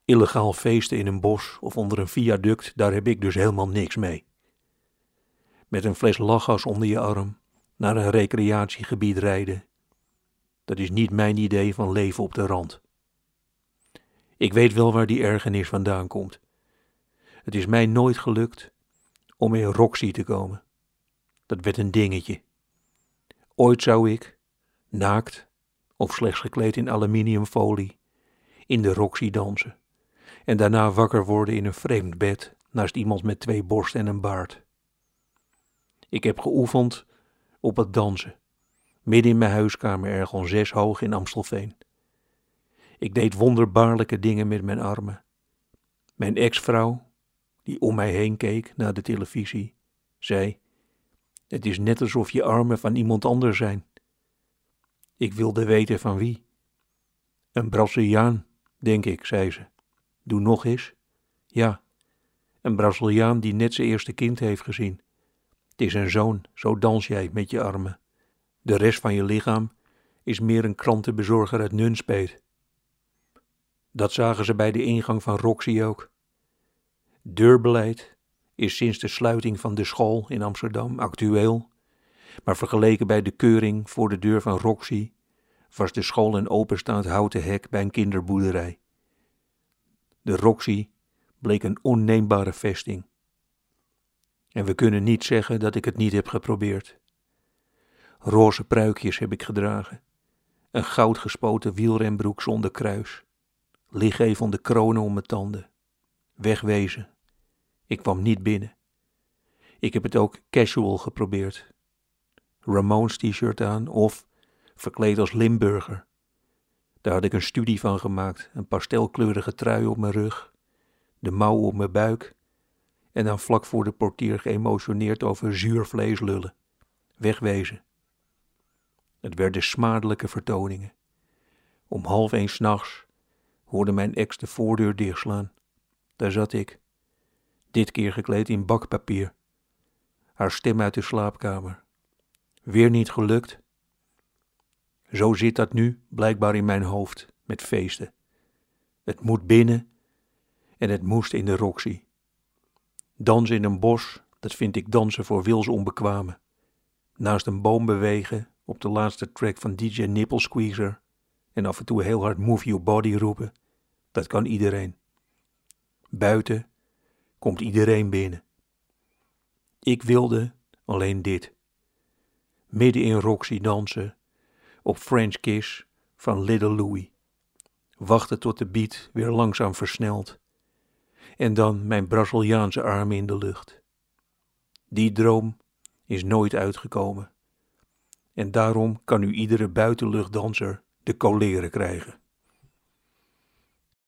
Illegaal feesten in een bos of onder een viaduct, daar heb ik dus helemaal niks mee. Met een fles lachgas onder je arm naar een recreatiegebied rijden, dat is niet mijn idee van leven op de rand. Ik weet wel waar die ergernis vandaan komt. Het is mij nooit gelukt om in Roxy te komen. Dat werd een dingetje. Ooit zou ik, naakt of slechts gekleed in aluminiumfolie, in de Roxy dansen en daarna wakker worden in een vreemd bed naast iemand met 2 borsten en een baard. Ik heb geoefend op het dansen, midden in mijn huiskamer ergens 6 hoog in Amstelveen. Ik deed wonderbaarlijke dingen met mijn armen. Mijn ex-vrouw, die om mij heen keek naar de televisie, zei: "Het is net alsof je armen van iemand anders zijn." Ik wilde weten van wie. "Een Braziliaan, denk ik," zei ze. "Doe nog eens." "Ja, een Braziliaan die net zijn eerste kind heeft gezien. Het is een zoon, zo dans jij met je armen. De rest van je lichaam is meer een krantenbezorger uit Nunspeet." Dat zagen ze bij de ingang van Roxy ook. Deurbeleid is sinds de sluiting van de school in Amsterdam actueel, maar vergeleken bij de keuring voor de deur van Roxy was de school een openstaand houten hek bij een kinderboerderij. De Roxy bleek een onneembare vesting. En we kunnen niet zeggen dat ik het niet heb geprobeerd. Roze pruikjes heb ik gedragen, een goudgespoten wielrenbroek zonder kruis, lichtgevende kronen om mijn tanden. Wegwezen. Ik kwam niet binnen. Ik heb het ook casual geprobeerd. Ramones t-shirt aan of verkleed als Limburger. Daar had ik een studie van gemaakt, een pastelkleurige trui op mijn rug, de mouw op mijn buik en dan vlak voor de portier geëmotioneerd over zuur vlees lullen. Wegwezen. Het werden smadelijke vertoningen. Om 12:30 s'nachts hoorde mijn ex de voordeur dichtslaan. Daar zat ik, dit keer gekleed in bakpapier. Haar stem uit de slaapkamer. Weer niet gelukt? Zo zit dat nu blijkbaar in mijn hoofd, met feesten. Het moet binnen en het moest in de Roxy. Dansen in een bos, dat vind ik dansen voor wilsonbekwamen. Naast een boom bewegen op de laatste track van DJ Nipple Squeezer en af en toe heel hard move your body roepen, dat kan iedereen. Buiten komt iedereen binnen. Ik wilde alleen dit. Midden in Roxy dansen, op French Kiss van Little Louie. Wachten tot de beat weer langzaam versnelt. En dan mijn Braziliaanse armen in de lucht. Die droom is nooit uitgekomen. En daarom kan nu iedere buitenluchtdanser de koleren krijgen.